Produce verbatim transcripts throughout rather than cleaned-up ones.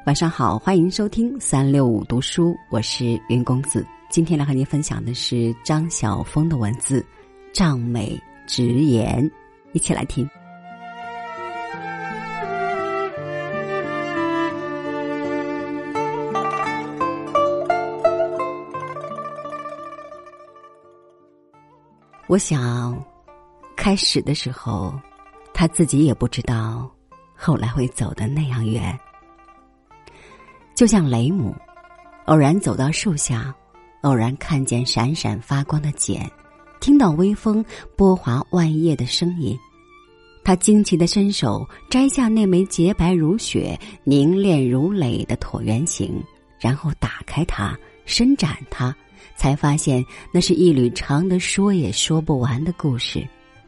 晚上好，欢迎收听三六五读书，我是云公子。今天来和您分享的是张晓峰的文字《仗美直言》，一起来听。我想开始的时候他自己也不知道后来会走得那样远。就像雷姆偶然走到树下，偶然看见闪闪发光的茧，听到微风拨划万叶的声音，他惊奇地伸手摘下那枚洁白如雪凝练如垒的椭圆形，然后打开它伸展它，才发现那是一缕长得说也说不完的故事。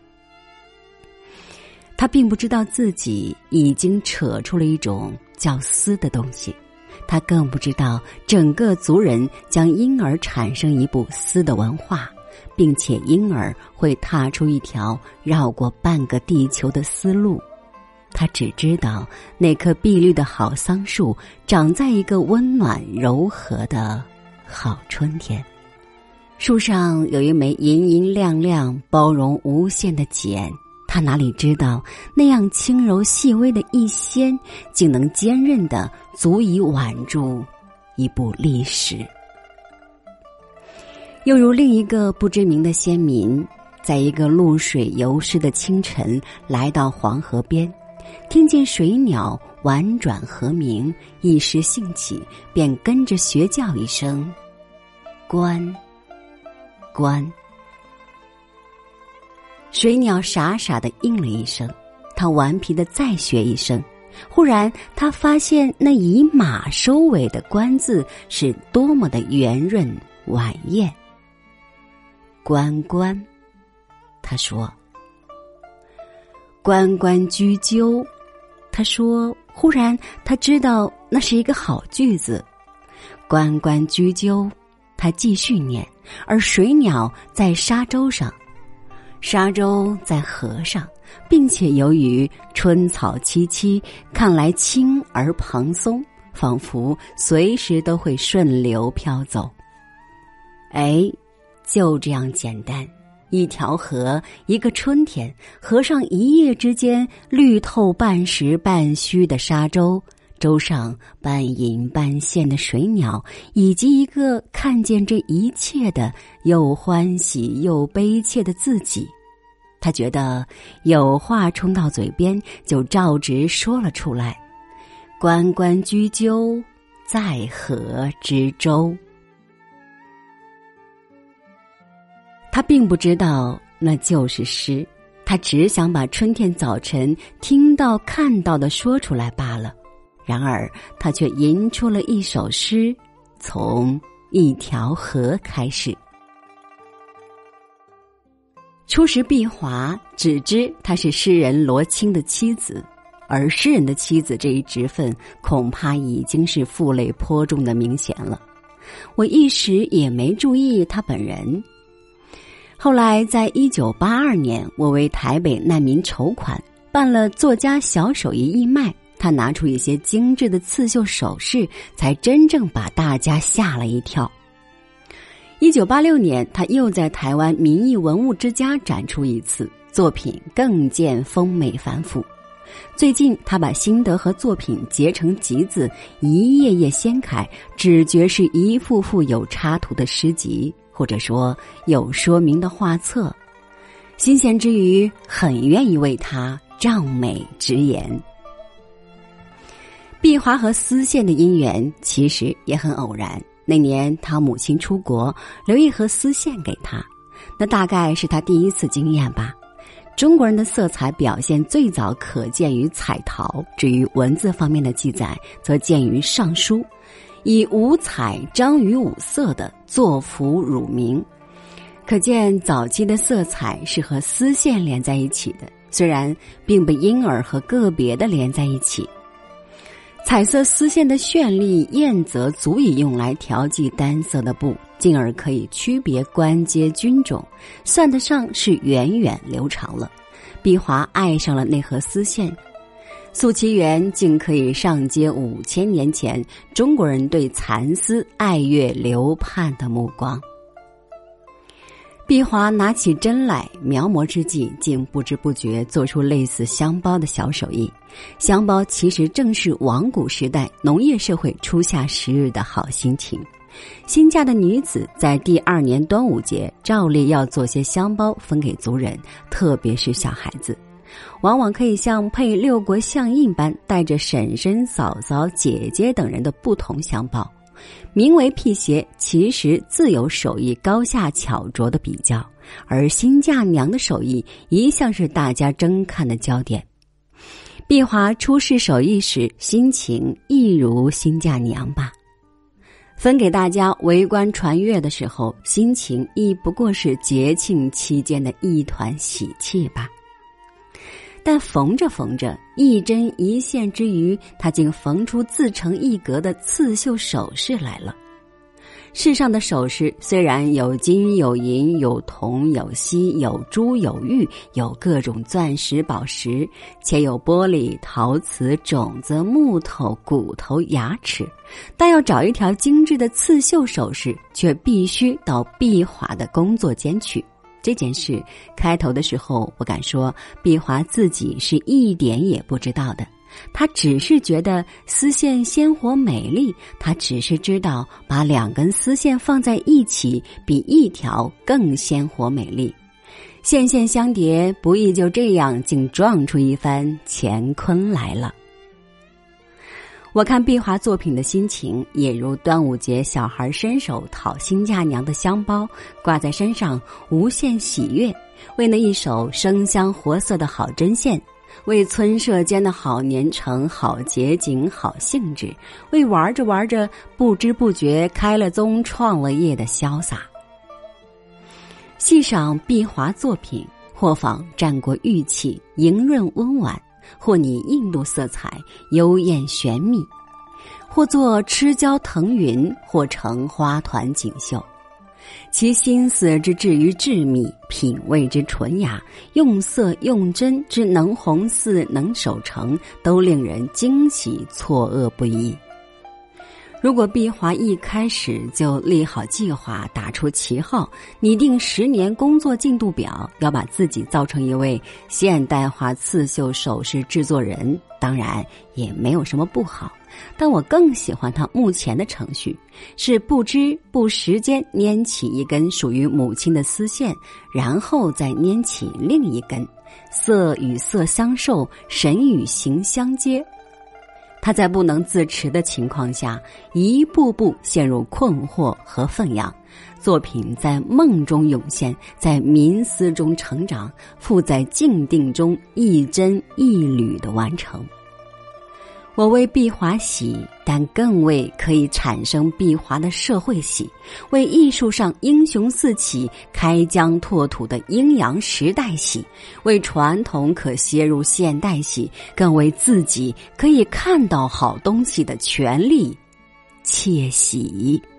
他并不知道自己已经扯出了一种叫丝的东西，他更不知道整个族人将因而产生一部丝的文化，并且因而会踏出一条绕过半个地球的丝路。他只知道那棵碧绿的好桑树长在一个温暖柔和的好春天，树上有一枚银银亮亮包容无限的茧，他哪里知道那样轻柔细微的一掀竟能坚韧的足以挽住一部历史。又如另一个不知名的先民，在一个露水游湿的清晨来到黄河边，听见水鸟婉转和鸣，一时兴起，便跟着学叫一声关关。水鸟傻傻地应了一声，他顽皮地再学一声，忽然他发现那以马收尾的关字是多么的圆润婉艳。关关，他说。关关雎鸠，他说。忽然他知道那是一个好句子。关关雎鸠，他继续念，而水鸟在沙洲上，沙洲在河上，并且由于春草萋萋，看来轻而蓬松，仿佛随时都会顺流飘走。哎，就这样简单，一条河，一个春天，河上一夜之间绿透半实半虚的沙洲，洲上半隐半现的水鸟，以及一个看见这一切的又欢喜又悲切的自己。他觉得有话冲到嘴边，就照直说了出来：关关雎鸠，在河之洲。他并不知道那就是诗，他只想把春天早晨听到看到的说出来罢了。然而他却吟出了一首诗，从一条河开始。初识毕华，只知她是诗人罗青的妻子，而诗人的妻子这一职分恐怕已经是负累颇重的明显了。我一时也没注意他本人。后来在一九八二年，我为台北难民筹款，办了作家小手艺义卖，他拿出一些精致的刺绣首饰，才真正把大家吓了一跳。一九八六年，他又在台湾民艺文物之家展出一次，作品更见丰美繁复。最近他把心得和作品结成集子，一页页掀开，只觉是一幅幅有插图的诗集，或者说有说明的画册。新鲜之余，很愿意为他仗美直言。毕华和丝线的姻缘其实也很偶然。那年他母亲出国，留一盒丝线给他，那大概是他第一次经验吧。中国人的色彩表现最早可见于彩陶，至于文字方面的记载则见于尚书，以五彩章于五色的作符乳名，可见早期的色彩是和丝线连在一起的，虽然并不因而和个别的连在一起。彩色丝线的绚丽艳泽足以用来调剂单色的布，进而可以区别官阶军种，算得上是源远流长了。毕华爱上了那盒丝线， 素其源竟可以上接五千年前中国人对蚕丝爱乐流盼的目光。碧华拿起针来描摹之际，竟不知不觉做出类似香包的小手艺。香包其实正是王古时代农业社会初夏时日的好心情。新嫁的女子在第二年端午节照例要做些香包分给族人，特别是小孩子，往往可以像配六国相印般带着婶婶、嫂嫂、姐姐等人的不同香包。名为辟邪，其实自有手艺高下巧拙的比较，而新嫁娘的手艺一向是大家争看的焦点。碧华出示手艺时，心情亦如新嫁娘吧。分给大家围观传阅的时候，心情亦不过是节庆期间的一团喜气吧。但缝着缝着，一针一线之余，他竟缝出自成一格的刺绣首饰来了。世上的首饰虽然有金有银有铜有锡有珠有玉，有各种钻石宝石，且有玻璃陶瓷种子木头骨头牙齿，但要找一条精致的刺绣首饰，却必须到碧华的工作间去。这件事开头的时候，我敢说碧华自己是一点也不知道的。他只是觉得丝线鲜活美丽，他只是知道把两根丝线放在一起比一条更鲜活美丽。线线相叠，不易就这样竟撞出一番乾坤来了。我看碧华作品的心情，也如端午节小孩伸手讨新嫁娘的香包，挂在身上无限喜悦，为那一手生香活色的好针线，为村社间的好年成、好节景、好兴致，为玩着玩着不知不觉开了宗创了业的潇洒。细赏碧华作品，或仿战国玉器，莹润温婉，或拟印度色彩，幽艳玄秘，或作螭蛟腾云，或成花团锦绣。其心思之至于致密，品味之纯雅，用色用针之能红似能守成，都令人惊喜错愕不已。如果碧华一开始就立好计划，打出旗号，拟定十年工作进度表，要把自己造成一位现代化刺绣首饰制作人，当然也没有什么不好。但我更喜欢他目前的程序，是不知不时间拈起一根属于母亲的丝线，然后再拈起另一根，色与色相授，神与形相接。他在不能自持的情况下，一步步陷入困惑和愤扬，作品在梦中涌现，在冥思中成长，复在静定中一针一缕的完成。我为碧华喜，但更为可以产生碧华的社会喜，为艺术上英雄四起、开疆拓土的阴阳时代喜，为传统可携入现代喜，更为自己可以看到好东西的权利窃喜。